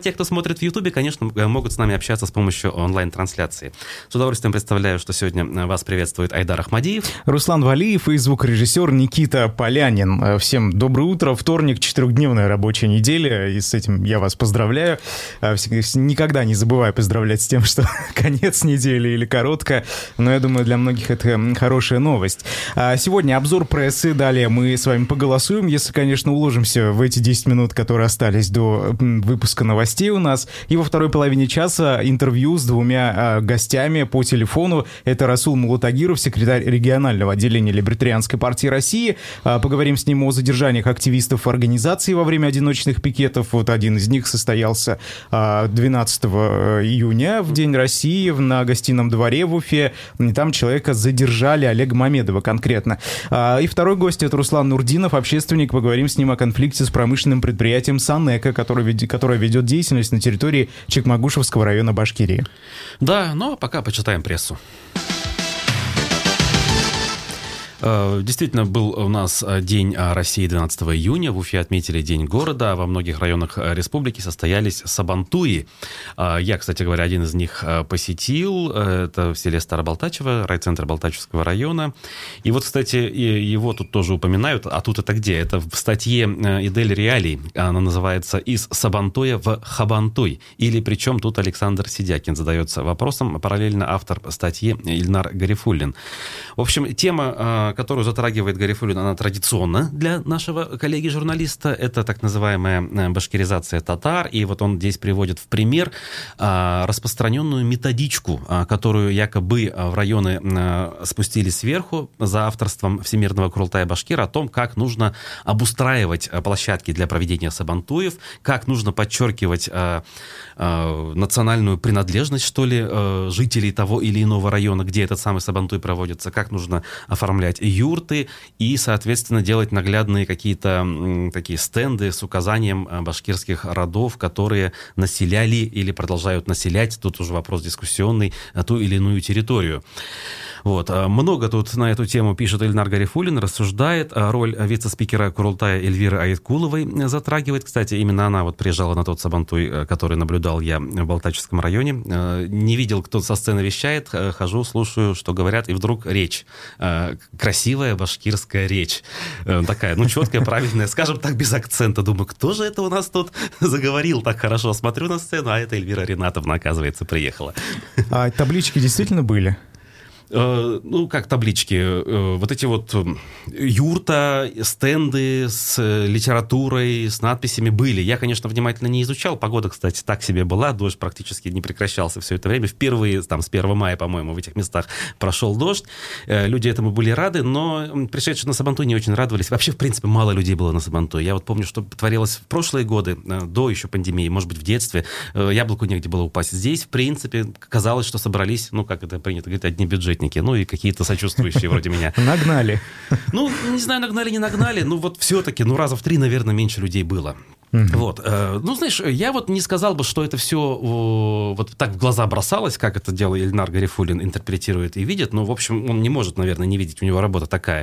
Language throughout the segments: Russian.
те, кто смотрит в Ютубе, конечно, могут с нами общаться с помощью онлайн-трансляции. С удовольствием представляю, что сегодня вас приветствует Айдар Ахмадиев, Руслан Валиев и звукорежиссер Никита Полянин. Всем доброе утро. Вторник, 4-дневная рабочая неделя, и с этим я вас поздравляю. Никогда не забываю поздравлять с тем, что конец недели или коротко, но я думаю, для многих это хорошая новость. Сегодня обзор прессы, далее мы с вами поголосуем, если, конечно, уложимся в эти 10 минут, которые остались до выпуска новостей у нас. И во второй половине часа интервью с двумя гостями по телефону. Это Расул Мулатагиров, секретарь регионального отделения Либертарианской партии России. Поговорим с ним о задержаниях активистов организации во время одиночных пикетов. Вот один из них состоялся 12 июня, в День России, на Гостином дворе в Уфе. И там человека задержали, Олега Мамедова конкретно. И второй гость — это Руслан Нурдинов, общественник. Поговорим с ним о конфликте с промышленным предприятием «Санэко», которое ведет деятельность на территории Чекмагушевского района Башкирии. Да, но пока почитаем прессу. Действительно, был у нас День России 12 июня. В Уфе отметили День города. Во многих районах республики состоялись сабантуи. Я, кстати говоря, один из них посетил. Это в селе Старобалтачево, райцентр Балтачевского района. И вот, кстати, его тут тоже упоминают. А тут это где? Это в статье Идель Реалий. Она называется «Из Сабантуя в Хабантуй». Или причем тут Александр Сидякин задается вопросом. Параллельно автор статьи Ильнар Гарифуллин. В общем, тема, которую затрагивает Гарифуллин, она традиционна для нашего коллеги-журналиста. Это так называемая башкиризация татар. И вот он здесь приводит в пример распространенную методичку, которую якобы в районы спустили сверху за авторством Всемирного Курултая Башкир о том, как нужно обустраивать площадки для проведения сабантуев, как нужно подчеркивать национальную принадлежность, что ли, жителей того или иного района, где этот самый сабантуй проводится, как нужно оформлять юрты и, соответственно, делать наглядные какие-то такие стенды с указанием башкирских родов, которые населяли или продолжают населять, тут уже вопрос дискуссионный, ту или иную территорию. Вот. Много тут на эту тему пишет Ильнар Гарифуллин, рассуждает. Роль вице-спикера Курултая Эльвиры Айткуловой затрагивает. Кстати, именно она вот приезжала на тот сабантуй, который наблюдал я в Балтачевском районе. Не видел, кто со сцены вещает, хожу, слушаю, что говорят, и вдруг речь. Красивая башкирская речь. Такая, четкая, правильная, скажем так, без акцента. Думаю, кто же это у нас тут заговорил так хорошо? Смотрю на сцену, а это Эльвира Ринатовна, оказывается, приехала. А таблички действительно были? Как таблички, вот эти вот юрта, стенды с литературой, с надписями были. Я, конечно, внимательно не изучал. Погода, кстати, так себе была. Дождь практически не прекращался все это время. Впервые, с 1 мая, по-моему, в этих местах прошел дождь. Люди этому были рады, но пришедшие на сабантуй не очень радовались. Вообще, в принципе, мало людей было на сабантуй. Я вот помню, что творилось в прошлые годы, до еще пандемии, может быть, в детстве. Яблоку негде было упасть. Здесь, в принципе, казалось, что собрались, как это принято говорить, одни бюджетники. И какие-то сочувствующие вроде меня. Нагнали. Не знаю, нагнали, не нагнали, вот все-таки, раза в 3, наверное, меньше людей было. Вот. Знаешь, я вот не сказал бы, что это все вот так в глаза бросалось, как это дело Ильнар Гарифуллин интерпретирует и видит. В общем, он не может, наверное, не видеть, у него работа такая.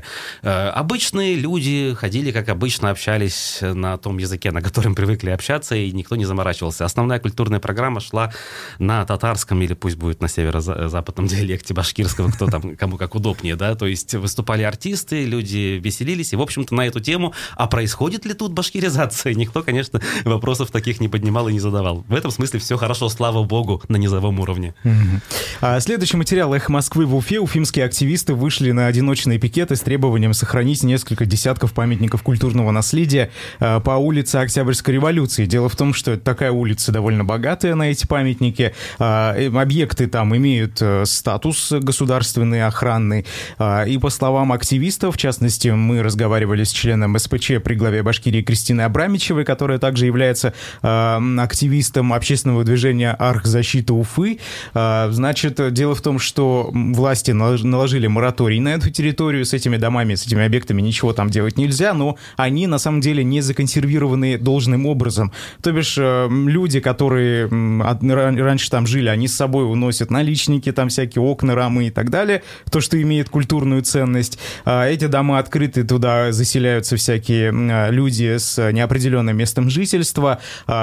Обычные люди ходили, как обычно, общались на том языке, на котором привыкли общаться, и никто не заморачивался. Основная культурная программа шла на татарском, или пусть будет на северо-западном диалекте башкирского, кто там, кому как удобнее, да, то есть выступали артисты, люди веселились, и, в общем-то, на эту тему, а происходит ли тут башкиризация, никто, конечно, вопросов таких не поднимал и не задавал. В этом смысле все хорошо, слава богу, на низовом уровне. Следующий материал «Эхо Москвы» в Уфе. Уфимские активисты вышли на одиночные пикеты с требованием сохранить несколько десятков памятников культурного наследия по улице Октябрьской революции. Дело в том, что это такая улица довольно богатая на эти памятники. Объекты там имеют статус государственный, охранный. И по словам активистов, в частности, мы разговаривали с членом СПЧ при главе Башкирии Кристиной Абрамичевой, которая также является активистом общественного движения «Архзащита Уфы». Значит, дело в том, что власти наложили мораторий на эту территорию. С этими домами, с этими объектами ничего там делать нельзя, но они на самом деле не законсервированы должным образом. То бишь люди, которые раньше там жили, они с собой уносят наличники, там всякие окна, рамы и так далее, то, что имеет культурную ценность. Эти дома открыты, туда заселяются всякие люди с неопределенным местом местом жительства,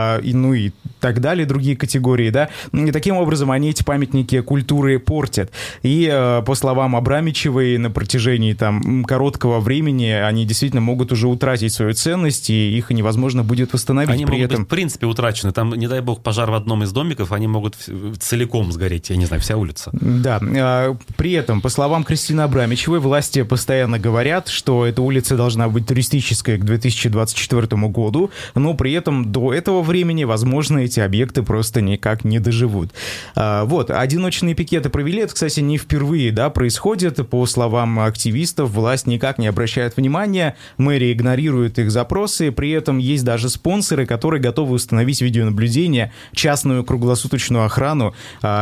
и так далее, другие категории, да. И таким образом они эти памятники культуры портят. И, по словам Абрамичевой, на протяжении там короткого времени они действительно могут уже утратить свою ценность, и их невозможно будет восстановить. Они могут быть, в принципе, утрачены. Там, не дай бог, пожар в одном из домиков, они могут целиком сгореть, я не знаю, вся улица. Да. При этом, по словам Кристины Абрамичевой, власти постоянно говорят, что эта улица должна быть туристической к 2024 году, но при этом до этого времени, возможно, эти объекты просто никак не доживут. Вот. Одиночные пикеты провели. Это, кстати, не впервые, да, происходит. По словам активистов, власть никак не обращает внимания, мэрия игнорирует их запросы, при этом есть даже спонсоры, которые готовы установить видеонаблюдение, частную круглосуточную охрану,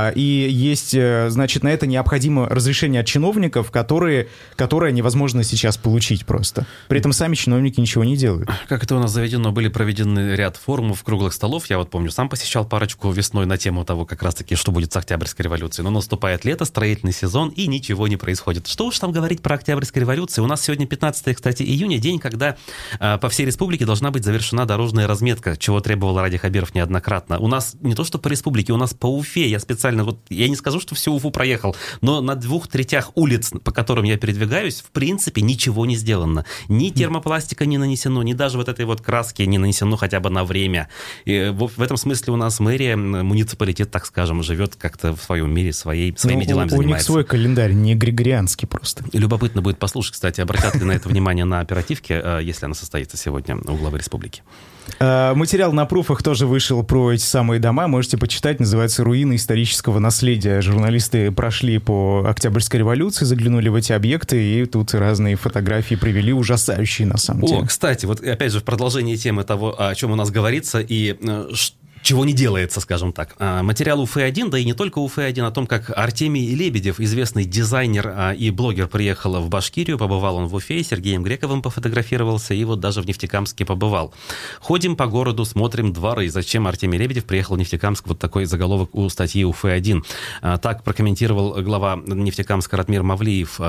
и есть, значит, на это необходимо разрешение от чиновников, которое невозможно сейчас получить просто. При этом сами чиновники ничего не делают. Как это у нас заведено, были проведены ряд форумов, круглых столов, я вот помню, сам посещал парочку весной на тему того, как раз-таки, что будет с Октябрьской революцией. Но наступает лето, строительный сезон, и ничего не происходит. Что уж там говорить про Октябрьскую революцию. У нас сегодня 15, кстати, июня, день, когда по всей республике должна быть завершена дорожная разметка, чего требовал Ради Хабиров неоднократно. У нас не то, что по республике, у нас по Уфе. Я специально, я не скажу, что всю Уфу проехал, но на 2/3 улиц, по которым я передвигаюсь, в принципе, ничего не сделано. Ни термопластика не нанесено, ни даже вот этой вот краски не нанесено хотя бы на время. И в этом смысле у нас мэрия, муниципалитет, так скажем, живет как-то в своем мире, своими делами занимается. У них свой календарь, не григорианский просто. И любопытно будет послушать, кстати, обратят ли на это внимание на оперативке, если она состоится сегодня у главы республики. Материал на пруфах тоже вышел про эти самые дома. Можете почитать, называется «Руины исторического наследия». Журналисты прошли по Октябрьской революции, заглянули в эти объекты, и тут разные фотографии привели, ужасающие на самом деле. Кстати, вот опять же в продолжении темы того, о чем у нас говорится, и чего не делается, скажем так. Материал Уфы-1, да и не только Уфы-1, о том, как Артемий Лебедев, известный дизайнер и блогер, приехал в Башкирию, побывал он в Уфе, Сергеем Грековым пофотографировался, и вот даже в Нефтекамске побывал. Ходим по городу, смотрим дворы. Зачем Артемий Лебедев приехал в Нефтекамск? Вот такой заголовок у статьи Уфы-1. Так прокомментировал глава Нефтекамска Ратмир Мавлиев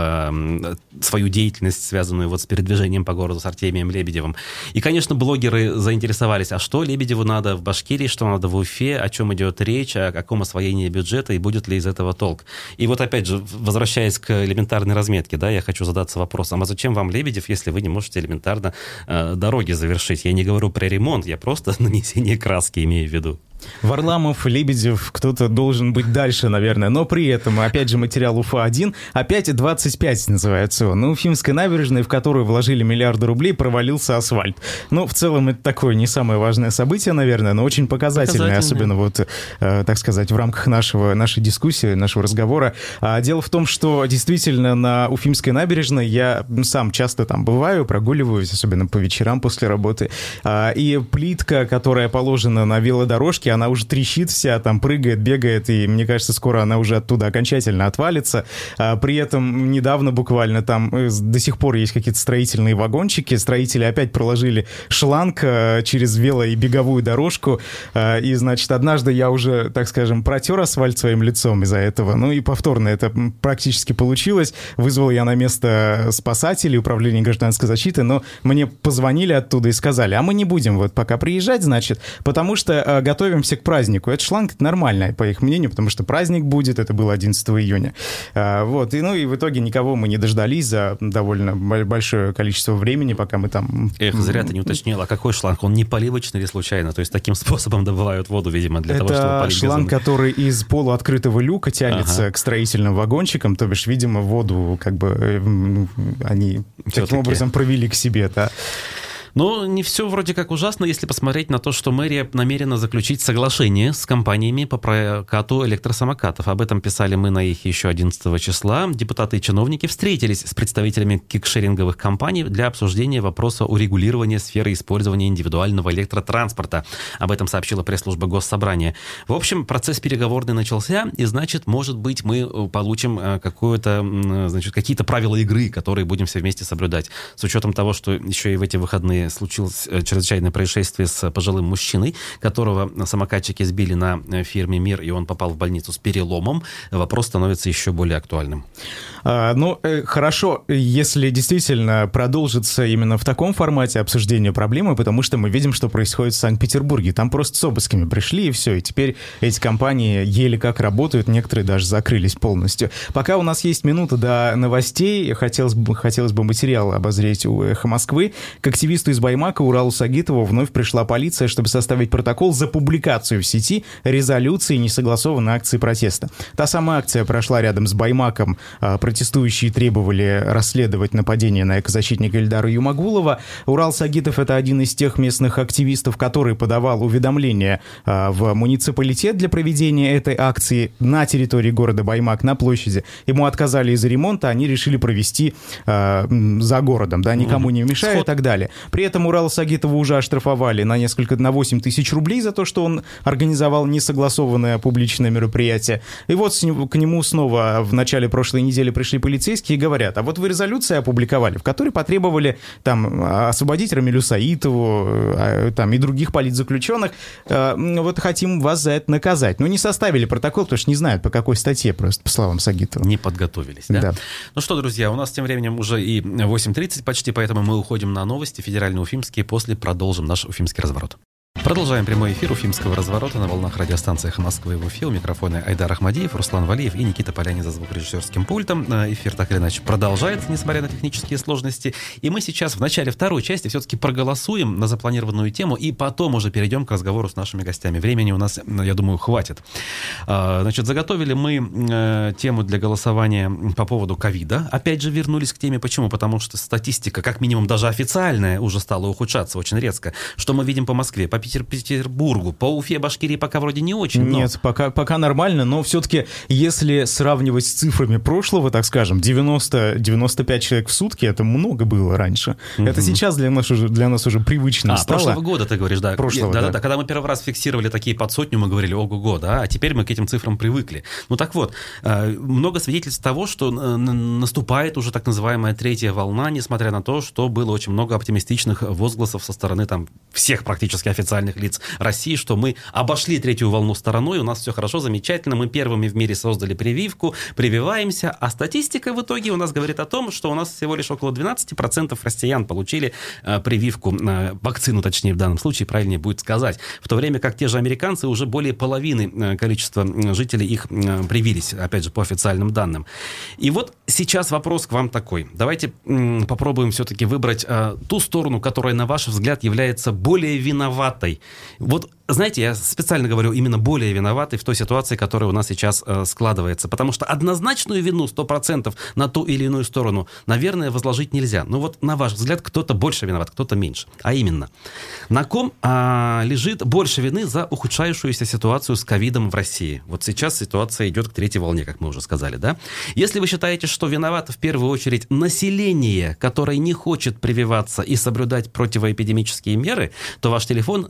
свою деятельность, связанную вот с передвижением по городу с Артемием Лебедевым. И, конечно, блогеры заинтересовались, а что Лебедеву надо в Башкирии, что надо в Уфе, о чем идет речь, о каком освоении бюджета и будет ли из этого толк. И вот опять же, возвращаясь к элементарной разметке, да, я хочу задаться вопросом, а зачем вам Лебедев, если вы не можете элементарно дороги завершить? Я не говорю про ремонт, я просто нанесение краски имею в виду. Варламов, Лебедев, кто-то должен быть дальше, наверное. Но при этом, опять же, материал Уфа-1, опять 25 называется он. На Уфимской набережной, в которую вложили миллиарды рублей, провалился асфальт. Ну, в целом, это такое не самое важное событие, наверное, но очень показательное, особенно вот, так сказать, в рамках нашей дискуссии, нашего разговора. Дело в том, что действительно на Уфимской набережной я сам часто там бываю, прогуливаюсь, особенно по вечерам после работы. И плитка, которая положена на велодорожке, она уже трещит вся, там прыгает, бегает, и мне кажется, скоро она уже оттуда окончательно отвалится. При этом недавно буквально там до сих пор есть какие-то строительные вагончики, строители опять проложили шланг через вело- и беговую дорожку, и, значит, однажды я уже, так скажем, протер асфальт своим лицом из-за этого, ну и повторно это практически получилось. Вызвал я на место спасателей, управление гражданской защиты, но мне позвонили оттуда и сказали, а мы не будем вот пока приезжать, значит, потому что готовимся к празднику. Это шланг, это нормально, по их мнению, потому что праздник будет, это было 11 июня. Вот, и в итоге никого мы не дождались за довольно большое количество времени, пока мы там... Зря ты не уточнил, а какой шланг? Он не поливочный или случайно? То есть таким способом добывают воду, видимо, для того, чтобы полить шланг, который из полуоткрытого люка тянется к строительным вагончикам, то бишь, видимо, воду как бы они таким образом провели к себе, да. Но не все вроде как ужасно, если посмотреть на то, что мэрия намерена заключить соглашение с компаниями по прокату электросамокатов. Об этом писали мы на их еще 11 числа. Депутаты и чиновники встретились с представителями кикшеринговых компаний для обсуждения вопроса урегулирования сферы использования индивидуального электротранспорта. Об этом сообщила пресс-служба Госсобрания. В общем, процесс переговорный начался, и, значит, может быть, мы получим какие-то правила игры, которые будем все вместе соблюдать. С учетом того, что еще и в эти выходные Германии случилось чрезвычайное происшествие с пожилым мужчиной, которого самокатчики сбили на ферме «Мир», и он попал в больницу с переломом. Вопрос становится еще более актуальным. Хорошо, если действительно продолжится именно в таком формате обсуждения проблемы, потому что мы видим, что происходит в Санкт-Петербурге. Там просто с обысками пришли, и все. И теперь эти компании еле как работают, некоторые даже закрылись полностью. Пока у нас есть минута до новостей, хотелось бы материал обозреть у «Эхо Москвы». К активисту из Баймака Уралу Сагитову вновь пришла полиция, чтобы составить протокол за публикацию в сети резолюции несогласованной акции протеста. Та самая акция прошла рядом с Баймаком. Протестующие требовали расследовать нападение на экозащитника Ильдара Юмагулова. Урал Сагитов — это один из тех местных активистов, который подавал уведомление в муниципалитет для проведения этой акции на территории города Баймак, на площади. Ему отказали из-за ремонта, они решили провести за городом, да, никому не мешая и так далее. При этом Урала Сагитова уже оштрафовали на 8 тысяч рублей за то, что он организовал несогласованное публичное мероприятие. И вот к нему снова в начале прошлой недели пришли полицейские и говорят: а вот вы резолюцию опубликовали, в которой потребовали там освободить Рамилю Саитову, там и других политзаключенных, вот хотим вас за это наказать. Но не составили протокол, потому что не знают, по какой статье, просто по словам Сагитова. Не подготовились, да? Да. Ну что, друзья, у нас тем временем уже и 8:30 почти, поэтому мы уходим на новости федеральные уфимские, после продолжим наш уфимский разворот. Продолжаем прямой эфир уфимского разворота на волнах радиостанции «Эхо Москвы» в Уфе. У микрофона Айдар Ахмадиев, Руслан Валиев и Никита Полянин за звукорежиссерским пультом. Эфир так или иначе продолжается, несмотря на технические сложности. И мы сейчас в начале второй части все-таки проголосуем на запланированную тему, и потом уже перейдем к разговору с нашими гостями. Времени у нас, я думаю, хватит. Значит, заготовили мы тему для голосования по поводу ковида. Опять же вернулись к теме. Почему? Потому что статистика, как минимум даже официальная, уже стала ухудшаться очень резко. Что мы видим по Москве, по Петербургу, по Уфе, Башкирии пока вроде не очень. Но... Нет, пока нормально, но все-таки, если сравнивать с цифрами прошлого, так скажем, 90-95 человек в сутки, это много было раньше. Это сейчас для нас уже привычно стало. Прошлого года, ты говоришь, да. Прошлого, да. Когда мы первый раз фиксировали такие под сотню, мы говорили: ого-го, да, а теперь мы к этим цифрам привыкли. Ну так вот, много свидетельств того, что наступает уже так называемая третья волна, несмотря на то, что было очень много оптимистичных возгласов со стороны там всех практически официальных лиц России, что мы обошли третью волну стороной, у нас все хорошо, замечательно, мы первыми в мире создали прививку, прививаемся, а статистика в итоге у нас говорит о том, что у нас всего лишь около 12% россиян получили прививку, вакцину, точнее, в данном случае, правильнее будет сказать, в то время как те же американцы уже более половины количества жителей их привились, опять же, по официальным данным. И вот сейчас вопрос к вам такой. Давайте попробуем все-таки выбрать ту сторону, которая, на ваш взгляд, является более виноватой. Вот, знаете, я специально говорю именно более виноватой в той ситуации, которая у нас сейчас складывается. Потому что однозначную вину 100% на ту или иную сторону, наверное, возложить нельзя. Но вот, на ваш взгляд, кто-то больше виноват, кто-то меньше. А именно, на ком лежит больше вины за ухудшающуюся ситуацию с ковидом в России? Вот сейчас ситуация идет к третьей волне, как мы уже сказали, да? Если вы считаете, что виновато в первую очередь население, которое не хочет прививаться и соблюдать противоэпидемические меры, то ваш телефон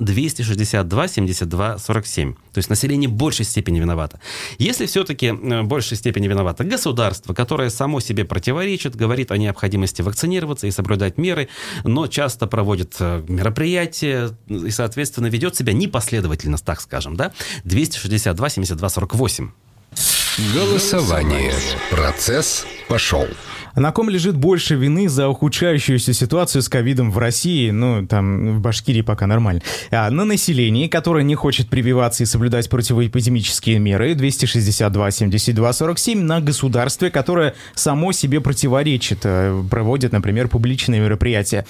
262 72 47. То есть население в большей степени виновато. Если все-таки в большей степени виновато государство, которое само себе противоречит, говорит о необходимости вакцинироваться и соблюдать меры, но часто проводит мероприятия и, соответственно, ведет себя непоследовательно, так скажем, да? 262 72 48. Голосование. Процесс пошел. На ком лежит больше вины за ухудшающуюся ситуацию с ковидом в России? Ну, там, в Башкирии пока нормально. На населении, которое не хочет прививаться и соблюдать противоэпидемические меры, 262 72 47. На государстве, которое само себе противоречит, проводит, например, публичные мероприятия,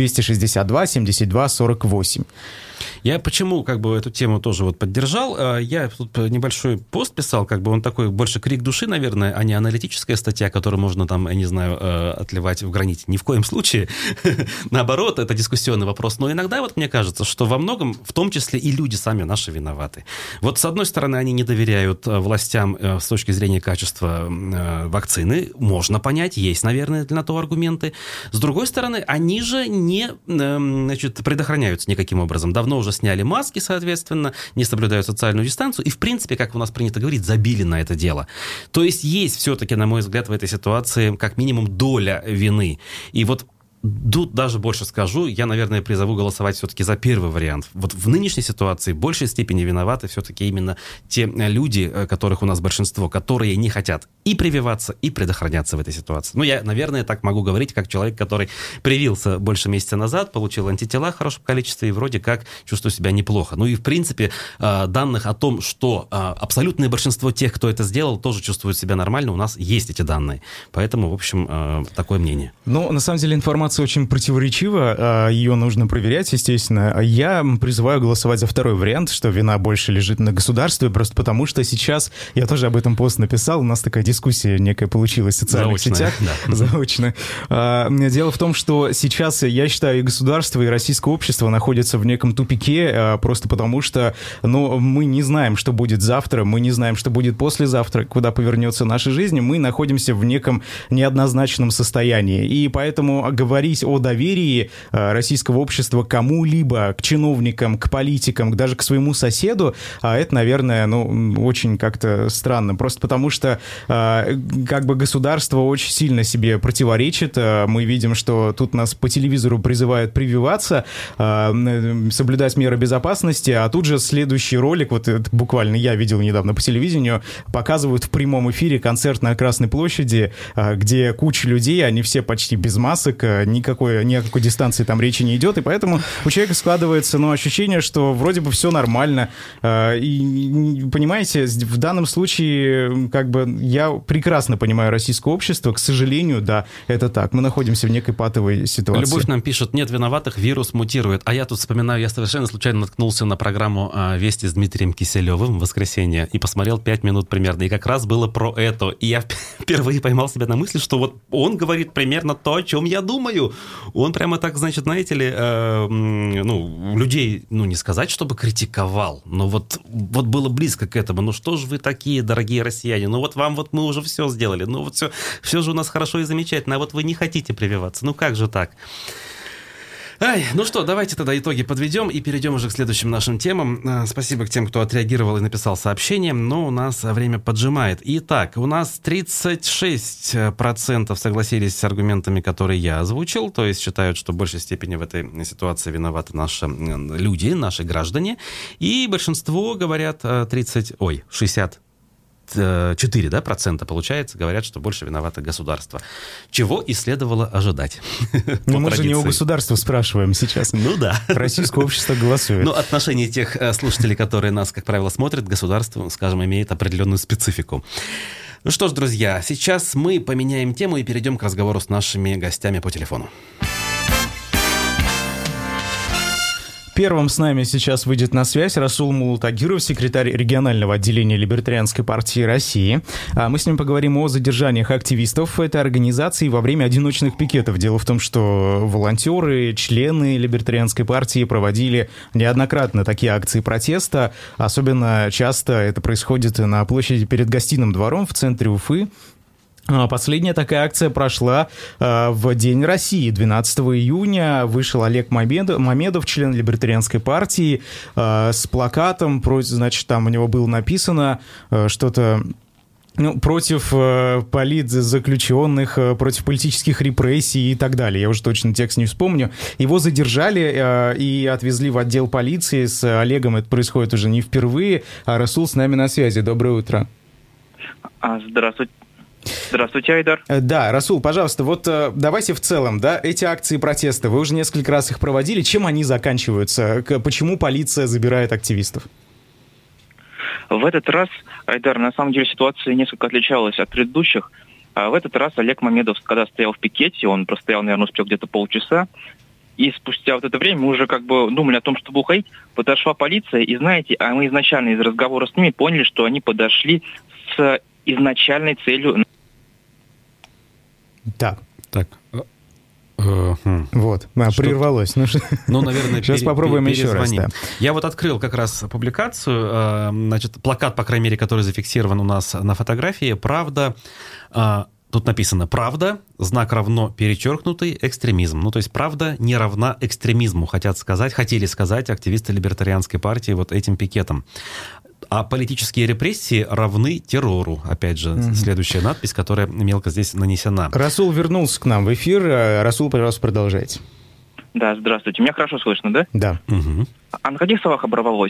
262 72 48. Я почему эту тему тоже поддержал? Я тут небольшой пост писал, он такой больше крик души, наверное, а не аналитическая статья, которую можно там, я не знаю, отливать в граните. Ни в коем случае. Наоборот, это дискуссионный вопрос. Но иногда мне кажется, что во многом, в том числе и люди сами наши виноваты. Вот с одной стороны, они не доверяют властям с точки зрения качества вакцины. Можно понять, есть, наверное, на то аргументы. С другой стороны, они же не предохраняются никаким образом. Давно уже сняли маски, соответственно, не соблюдают социальную дистанцию и, в принципе, как у нас принято говорить, забили на это дело. То есть есть все-таки, на мой взгляд, в этой ситуации как минимум доля вины. И вот Тут даже больше скажу, я, наверное, призову голосовать все-таки за первый вариант. Вот в нынешней ситуации в большей степени виноваты все-таки именно те люди, которых у нас большинство, которые не хотят и прививаться, и предохраняться в этой ситуации. Ну, я, наверное, так могу говорить, как человек, который привился больше месяца назад, получил антитела в хорошем количестве и вроде как чувствую себя неплохо. Ну и, в принципе, данных о том, что абсолютное большинство тех, кто это сделал, тоже чувствуют себя нормально, у нас есть эти данные. Поэтому, в общем, такое мнение. Ну, на самом деле, информация очень противоречива, ее нужно проверять, естественно. Я призываю голосовать за второй вариант, что вина больше лежит на государстве, просто потому что сейчас, я тоже об этом пост написал, у нас такая дискуссия некая получилась в социальных сетях. Заочно. Дело в том, что сейчас, я считаю, и государство, и российское общество находятся в неком тупике, просто потому что, мы не знаем, что будет завтра, мы не знаем, что будет послезавтра, куда повернется наша жизнь, мы находимся в неком неоднозначном состоянии. И поэтому говорить о доверии российского общества к кому-либо, к чиновникам, к политикам, даже к своему соседу, это, наверное, очень как-то странно. Просто потому что государство очень сильно себе противоречит. Мы видим, что тут нас по телевизору призывают прививаться, соблюдать меры безопасности, а тут же следующий ролик, вот это буквально я видел недавно по телевидению, показывают в прямом эфире концерт на Красной площади, где куча людей, они все почти без масок, ни о какой дистанции там речи не идет, и поэтому у человека складывается ощущение, что вроде бы все нормально. И, понимаете, в данном случае я прекрасно понимаю российское общество, к сожалению, да, это так. Мы находимся в некой патовой ситуации. Любовь нам пишет, нет виноватых, вирус мутирует. А я тут вспоминаю, я совершенно случайно наткнулся на программу «Вести» с Дмитрием Киселевым в воскресенье и посмотрел 5 минут примерно, и как раз было про это. И я впервые поймал себя на мысли, что вот он говорит примерно то, о чем я думаю. Он прямо так, значит, знаете ли, людей, не сказать, чтобы критиковал, но вот было близко к этому. Что же вы такие, дорогие россияне? Вам мы уже все сделали. Все же у нас хорошо и замечательно, а вот вы не хотите прививаться. Как же так? Давайте тогда итоги подведем и перейдем уже к следующим нашим темам. Спасибо к тем, кто отреагировал и написал сообщение, но у нас время поджимает. Итак, у нас 36% согласились с аргументами, которые я озвучил, то есть считают, что в большей степени в этой ситуации виноваты наши люди, наши граждане, и большинство говорят 64% получается, говорят, что больше виновато государство. Чего и следовало ожидать. Мы же не у государства спрашиваем сейчас. Да. Российское общество голосует. Отношение тех слушателей, которые нас, как правило, смотрят, к государству, скажем, имеет определенную специфику. Что ж, друзья, сейчас мы поменяем тему и перейдем к разговору с нашими гостями по телефону. Первым с нами сейчас выйдет на связь Расул Муллатагиров, секретарь регионального отделения Либертарианской партии России. Мы с ним поговорим о задержаниях активистов этой организации во время одиночных пикетов. Дело в том, что волонтеры, члены Либертарианской партии проводили неоднократно такие акции протеста. Особенно часто это происходит на площади перед Гостиным двором в центре Уфы. Последняя такая акция прошла в День России. 12 июня вышел Олег Мамедов, член Либертарианской партии, с плакатом, там у него было написано что-то против политзаключенных, против политических репрессий и так далее. Я уже точно текст не вспомню. Его задержали и отвезли в отдел полиции. С Олегом это происходит уже не впервые. А Расул с нами на связи. Доброе утро. Здравствуйте. Здравствуйте, Айдар. Да, Расул, пожалуйста, давайте в целом, эти акции протеста, вы уже несколько раз их проводили, чем они заканчиваются? Почему полиция забирает активистов? В этот раз, Айдар, на самом деле ситуация несколько отличалась от предыдущих. В этот раз Олег Мамедов, когда стоял в пикете, он простоял, наверное, успел где-то полчаса, и спустя вот это время мы уже думали о том, чтобы уходить, подошла полиция, и знаете, мы изначально из разговора с ними поняли, что они подошли с изначальной целью. Так. Вот, прервалось. Наверное, сейчас попробуем еще раз. Да. Я открыл как раз публикацию, плакат, по крайней мере, который зафиксирован у нас на фотографии. Правда, тут написано «Правда, знак равно перечеркнутый экстремизм». То есть правда не равна экстремизму, хотели сказать активисты Либертарианской партии этим пикетом. А политические репрессии равны террору. Опять же, следующая надпись, которая мелко здесь нанесена. Расул вернулся к нам в эфир. Расул, пожалуйста, продолжайте. Да, здравствуйте. Меня хорошо слышно, да? Да. А на каких словах оборвалось?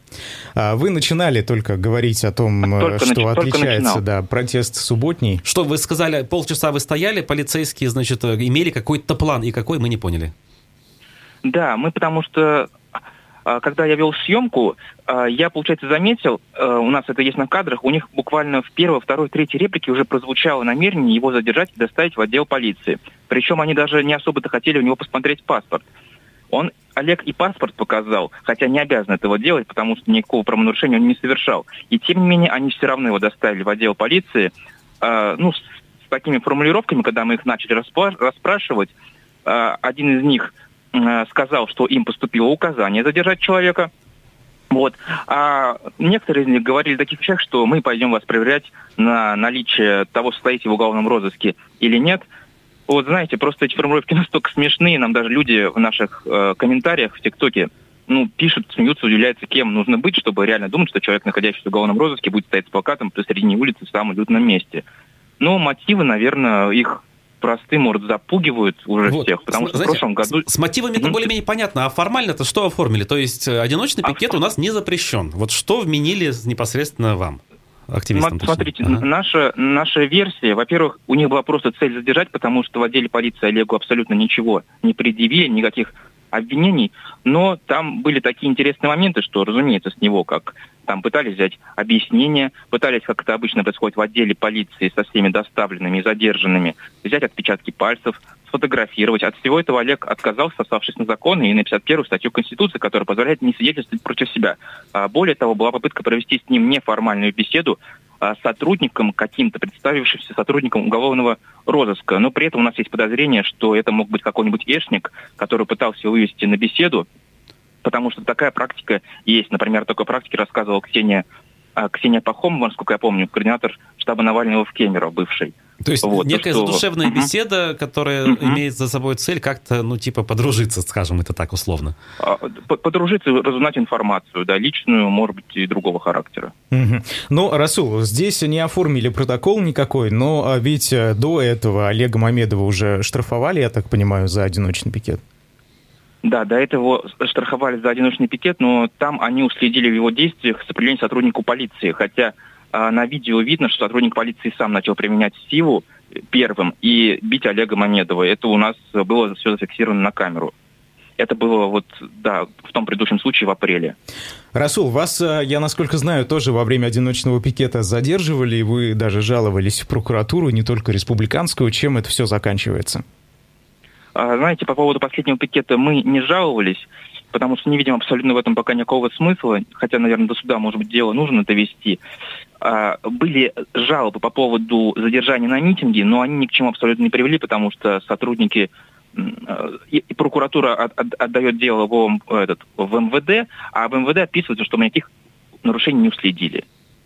Вы начинали только говорить о том, что отличается протест субботний. Что вы сказали, полчаса вы стояли, полицейские, значит, имели какой-то план, и какой, мы не поняли. Да, мы потому что, когда я вел съемку, я, получается, заметил, у нас это есть на кадрах, у них буквально в первой, второй, третьей реплике уже прозвучало намерение его задержать и доставить в отдел полиции. Причем они даже не особо-то хотели у него посмотреть паспорт. Олег и паспорт показал, хотя не обязан этого делать, потому что никакого правонарушения он не совершал. И тем не менее, они все равно его доставили в отдел полиции. С такими формулировками, когда мы их начали расспрашивать, один из них сказал, что им поступило указание задержать человека. Вот. А некоторые из них говорили о таких вещах, что мы пойдем вас проверять на наличие того, состоите в уголовном розыске или нет. Вот знаете, просто эти формулировки настолько смешные, нам даже люди в наших комментариях в ТикТоке пишут, смеются, удивляются, кем нужно быть, чтобы реально думать, что человек, находящийся в уголовном розыске, будет стоять с плакатом посредине улицы в самом людном месте. Но мотивы, наверное, их просты, может, запугивают уже всех, потому что в прошлом году... С мотивами-то более-менее понятно, а формально-то что оформили? То есть одиночный пикет у нас не запрещен. Вот что вменили непосредственно вам, активистам? Смотрите, наша версия, во-первых, у них была просто цель задержать, потому что в отделе полиции Олегу абсолютно ничего не предъявили, никаких обвинений, но там были такие интересные моменты, что, разумеется, с него как там пытались взять объяснения, пытались, как это обычно происходит в отделе полиции со всеми доставленными и задержанными, взять отпечатки пальцев, сфотографировать. От всего этого Олег отказался, сославшись на законы и на 51-ю статью Конституции, которая позволяет не свидетельствовать против себя. Более того, была попытка провести с ним неформальную беседу с сотрудником каким-то, представившимся сотрудником уголовного розыска. Но при этом у нас есть подозрение, что это мог быть какой-нибудь эшник, который пытался вывести на беседу, потому что такая практика есть. Например, о такой практике рассказывала Ксения Пахомова, насколько я помню, координатор штаба Навального в Кемерово, бывший. То есть некая задушевная беседа, которая имеет за собой цель как-то, подружиться, скажем это так условно. Подружиться, разузнать информацию, личную, может быть, и другого характера. Ну, Расул, здесь не оформили протокол никакой, но ведь до этого Олега Мамедова уже штрафовали, я так понимаю, за одиночный пикет. Да, до этого штрафовали за одиночный пикет, но там они уследили в его действиях с определением сотруднику полиции, хотя на видео видно, что сотрудник полиции сам начал применять силу первым и бить Олега Мамедова. Это у нас было все зафиксировано на камеру. Это было в том предыдущем случае в апреле. Расул, вас, я насколько знаю, тоже во время одиночного пикета задерживали, и вы даже жаловались в прокуратуру, не только республиканскую. Чем это все заканчивается? Знаете, по поводу последнего пикета мы не жаловались, потому что не видим абсолютно в этом пока никакого смысла, хотя, наверное, до суда, может быть, дело нужно довести. Были жалобы по поводу задержания на митинге, но они ни к чему абсолютно не привели, потому что сотрудники и прокуратура отдает дело в МВД, а в МВД описывается, что мы никаких нарушений не уследили.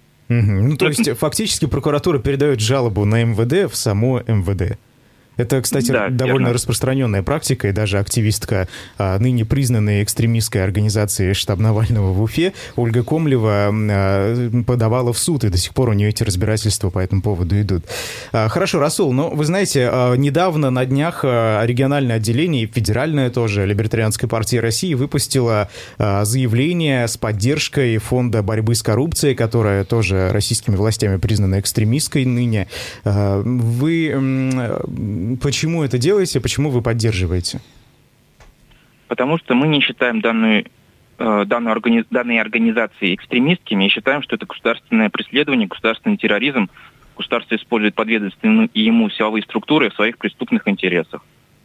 То есть фактически прокуратура передает жалобу на МВД в само МВД. Это, кстати, довольно распространенная практика, и даже активистка ныне признанной экстремистской организации «Штаб Навального» в Уфе Ольга Комлева подавала в суд, и до сих пор у нее эти разбирательства по этому поводу идут. Хорошо, Расул, но вы знаете, недавно на днях региональное отделение, федеральное тоже, Либертарианской партии России выпустило заявление с поддержкой фонда борьбы с коррупцией, которая тоже российскими властями признана экстремистской ныне. Вы... Почему это делаете, почему вы поддерживаете? Потому что мы не считаем данные организации экстремистскими и считаем, что это государственное преследование, государственный терроризм. Государство использует подведомственные ему силовые структуры в своих преступных интересах.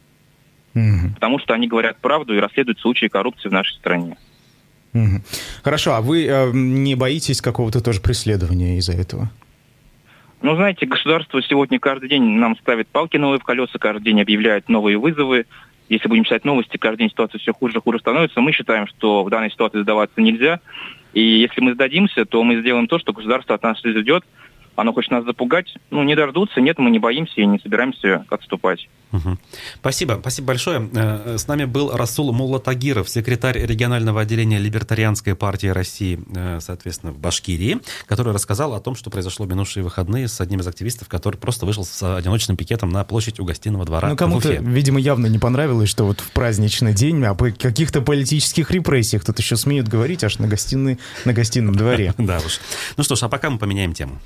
Потому что они говорят правду и расследуют случаи коррупции в нашей стране. Хорошо, а вы не боитесь какого-то тоже преследования из-за этого? Ну, знаете, государство сегодня каждый день нам ставит палки новые в колеса, каждый день объявляет новые вызовы. Если будем читать новости, каждый день ситуация все хуже и хуже становится. Мы считаем, что в данной ситуации сдаваться нельзя. И если мы сдадимся, то мы сделаем то, что государство от нас ждет. оно хочет нас запугать, не дождутся, нет, мы не боимся и не собираемся отступать. Угу. Спасибо большое. С нами был Расул Муллатагиров, секретарь регионального отделения Либертарианской партии России, соответственно, в Башкирии, который рассказал о том, что произошло в минувшие выходные с одним из активистов, который просто вышел с одиночным пикетом на площадь у Гостиного двора в Уфе. Кому-то, видимо, явно не понравилось, что вот в праздничный день о каких-то политических репрессиях тут еще смеют говорить аж на Гостином дворе. Да уж. Ну что ж, а пока мы поменяем тему.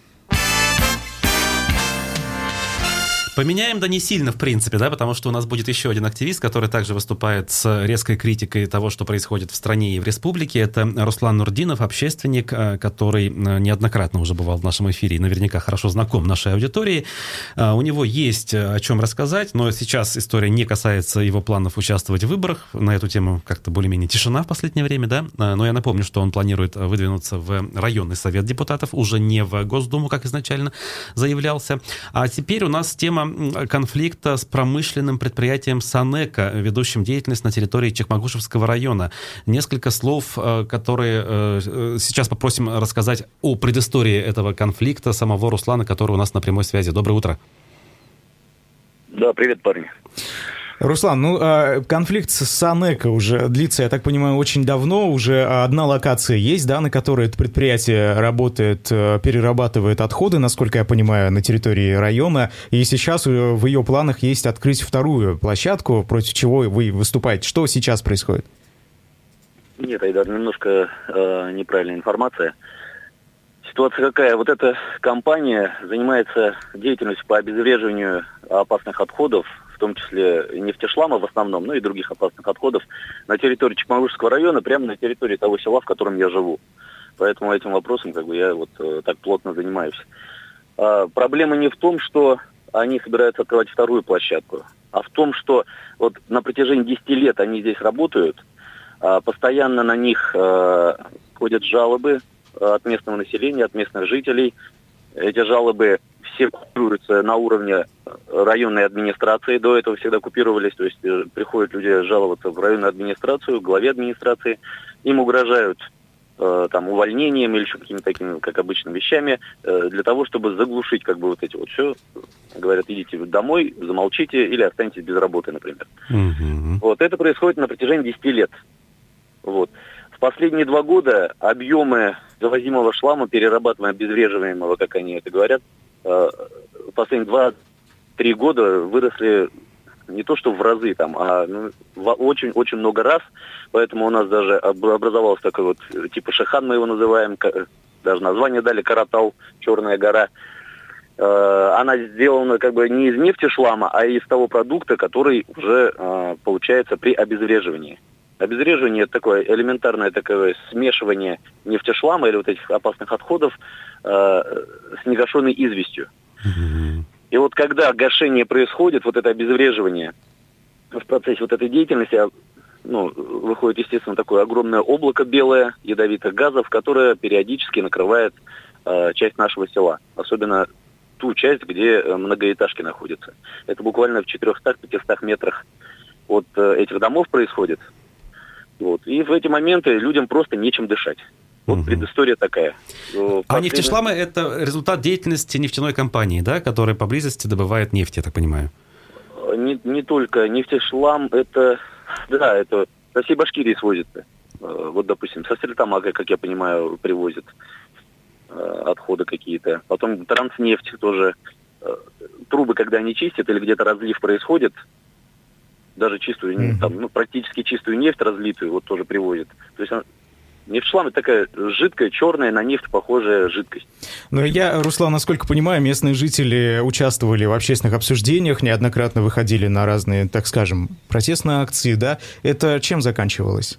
Поменяем, да не сильно, в принципе, да, потому что у нас будет еще один активист, который также выступает с резкой критикой того, что происходит в стране и в республике. Это Руслан Нурдинов, общественник, который неоднократно уже бывал в нашем эфире и наверняка хорошо знаком нашей аудитории. У него есть о чем рассказать, но сейчас история не касается его планов участвовать в выборах. На эту тему как-то более-менее тишина в последнее время, да. Но я напомню, что он планирует выдвинуться в районный совет депутатов, уже не в Госдуму, как изначально заявлялся. А теперь у нас тема конфликта с промышленным предприятием «Санэко», ведущим деятельность на территории Чекмагушевского района. Несколько слов, которые сейчас попросим рассказать о предыстории этого конфликта самого Руслана, который у нас на прямой связи. Доброе утро. Да, привет, парни. Руслан, конфликт с Санэко уже длится, я так понимаю, очень давно. Уже одна локация есть, да, на которой это предприятие работает, перерабатывает отходы, насколько я понимаю, на территории района. И сейчас в ее планах есть открыть вторую площадку, против чего вы выступаете. Что сейчас происходит? Нет, Айдар, немножко неправильная информация. Ситуация какая? Вот эта компания занимается деятельностью по обезвреживанию опасных отходов, в том числе нефтешлама в основном, ну и других опасных отходов, на территории Чекмагушевского района, прямо на территории того села, в котором я живу. Поэтому этим вопросом я вот так плотно занимаюсь. Проблема не в том, что они собираются открывать вторую площадку, а в том, что вот на протяжении 10 лет они здесь работают, постоянно на них ходят жалобы от местного населения, от местных жителей. Эти жалобы все купируются на уровне районной администрации. До этого всегда купировались, то есть приходят люди жаловаться в районную администрацию, главе администрации. Им угрожают увольнением или еще какими-то такими, как обычно, вещами, для того, чтобы заглушить вот эти вот все. Говорят, идите домой, замолчите или останетесь без работы, например. Mm-hmm. Вот это происходит на протяжении 10 лет. Вот. В последние 2 года объемы завозимого шлама, перерабатываемого, обезвреживаемого, как они это говорят, в последние 2-3 года выросли не то что в разы, а очень-очень много раз. Поэтому у нас даже образовался такой вот, типа Шихан мы его называем, даже название дали, Каратал, Черная гора. Она сделана не из нефтешлама, а из того продукта, который уже получается при обезвреживании. Обезвреживание – это такое элементарное смешивание нефтешлама или вот этих опасных отходов с негашенной известью. Mm-hmm. И вот когда гашение происходит, вот это обезвреживание, в процессе вот этой деятельности выходит, естественно, такое огромное облако белое ядовитых газов, которое периодически накрывает часть нашего села. Особенно ту часть, где многоэтажки находятся. Это буквально в 400-500 метрах от этих домов происходит. Вот. И в эти моменты людям просто нечем дышать. Вот предыстория такая. А нефтешламы – это результат деятельности нефтяной компании, да, которая поблизости добывает нефть, я так понимаю? Не только. Нефтешлам – это со всей Башкирии свозится. Вот, допустим, со Стерлитамака, как я понимаю, привозят отходы какие-то. Потом Транснефть тоже. Трубы, когда они чистят или где-то разлив происходит, даже чистую, практически чистую нефть разлитую вот тоже привозят. То есть нефтешлам – это такая жидкая, черная, на нефть похожая жидкость. Но я, Руслан, насколько понимаю, местные жители участвовали в общественных обсуждениях, неоднократно выходили на разные, так скажем, протестные акции, да? Это чем заканчивалось?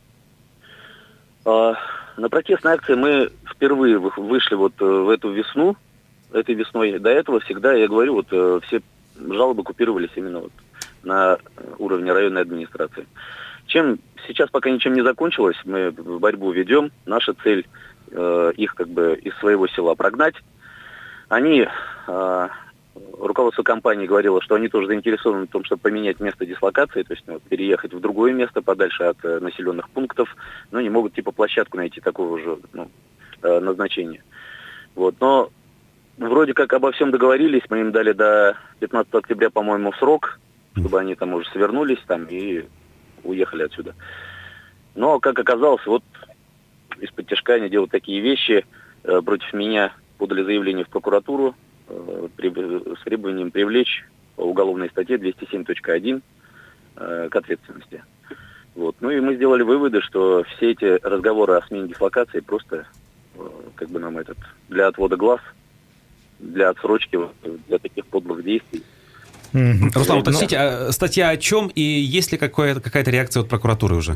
На протестные акции мы впервые вышли вот в эту весну, этой весной. До этого всегда, я говорю, все жалобы купировались именно на уровне районной администрации. Сейчас пока ничем не закончилось, мы борьбу ведем. Наша цель их из своего села прогнать. Они, руководство компании говорило, что они тоже заинтересованы в том, чтобы поменять место дислокации, то есть переехать в другое место, подальше от населенных пунктов, но не могут площадку найти такого же назначения. Вот. Но вроде как обо всем договорились, мы им дали до 15 октября, по-моему, срок, чтобы они там уже свернулись там и уехали отсюда. Но, как оказалось, вот из-под тяжка они делают такие вещи. Против меня подали заявление в прокуратуру с требованием привлечь по уголовной статье 207.1 к ответственности. Вот. Ну и мы сделали выводы, что все эти разговоры о смене дислокации просто как бы нам для отвода глаз, для отсрочки, для таких подлых действий. Руслан, уточните, статья о чем и есть ли какая-то реакция от прокуратуры уже?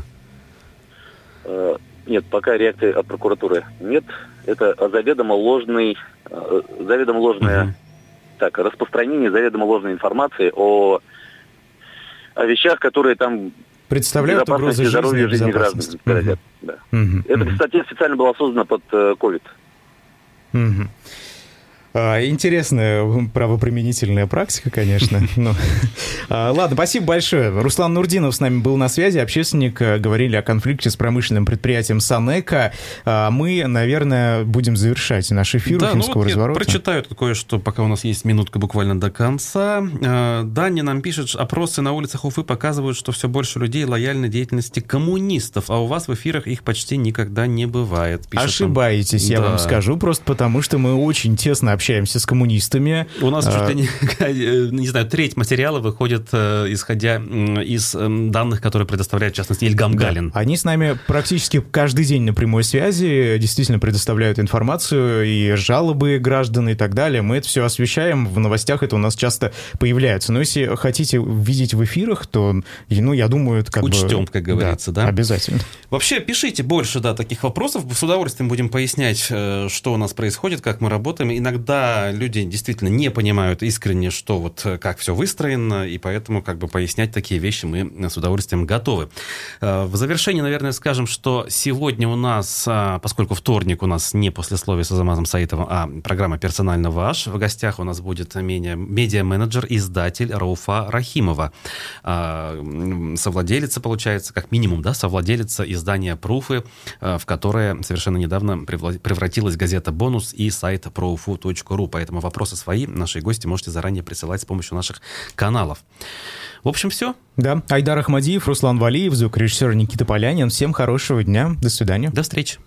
Нет, пока реакции от прокуратуры нет. Это заведомо ложное распространение заведомо ложной информации о вещах, которые там представляют угрозу жизни и безопасности. Да. Эта статья специально была создана под COVID. Интересная правоприменительная практика, конечно. Ладно, спасибо большое. Руслан Нурдинов с нами был на связи, общественник. Говорили о конфликте с промышленным предприятием «Санэко». Мы, наверное, будем завершать наш эфир «Уфимского разворота». Я прочитаю кое-что, пока у нас есть минутка буквально до конца. Даня нам пишет, опросы на улицах Уфы показывают, что все больше людей лояльны деятельности коммунистов, а у вас в эфирах их почти никогда не бывает. Ошибаетесь, я вам скажу, просто потому что мы очень тесно общаемся с коммунистами. У нас чуть ли не знаю, треть материала выходит, исходя из данных, которые предоставляет, в частности, Ильгам Галин. Они с нами практически каждый день на прямой связи, действительно предоставляют информацию и жалобы граждан и так далее. Мы это все освещаем, в новостях это у нас часто появляется. Но если хотите видеть в эфирах, то, я думаю, это учтем, как говорится, да? Обязательно. Вообще, пишите больше, таких вопросов. С удовольствием будем пояснять, что у нас происходит, как мы работаем. Иногда люди действительно не понимают искренне, что как все выстроено, и поэтому пояснять такие вещи мы с удовольствием готовы. В завершении, наверное, скажем, что сегодня у нас, поскольку вторник у нас не послесловие с Азаматом Саитовым, а программа «Персонально ваш», в гостях у нас будет медиа-менеджер, издатель Рауфа Рахимова. Совладелица, получается, как минимум, совладелица издания «Пруфы», в которое совершенно недавно превратилась газета «Бонус» и сайт proufu.ru. Поэтому вопросы свои наши гости можете заранее присылать с помощью наших каналов. В общем, все. Да. Айдар Ахмадиев, Руслан Валиев, звукорежиссер Никита Полянин. Всем хорошего дня. До свидания. До встречи.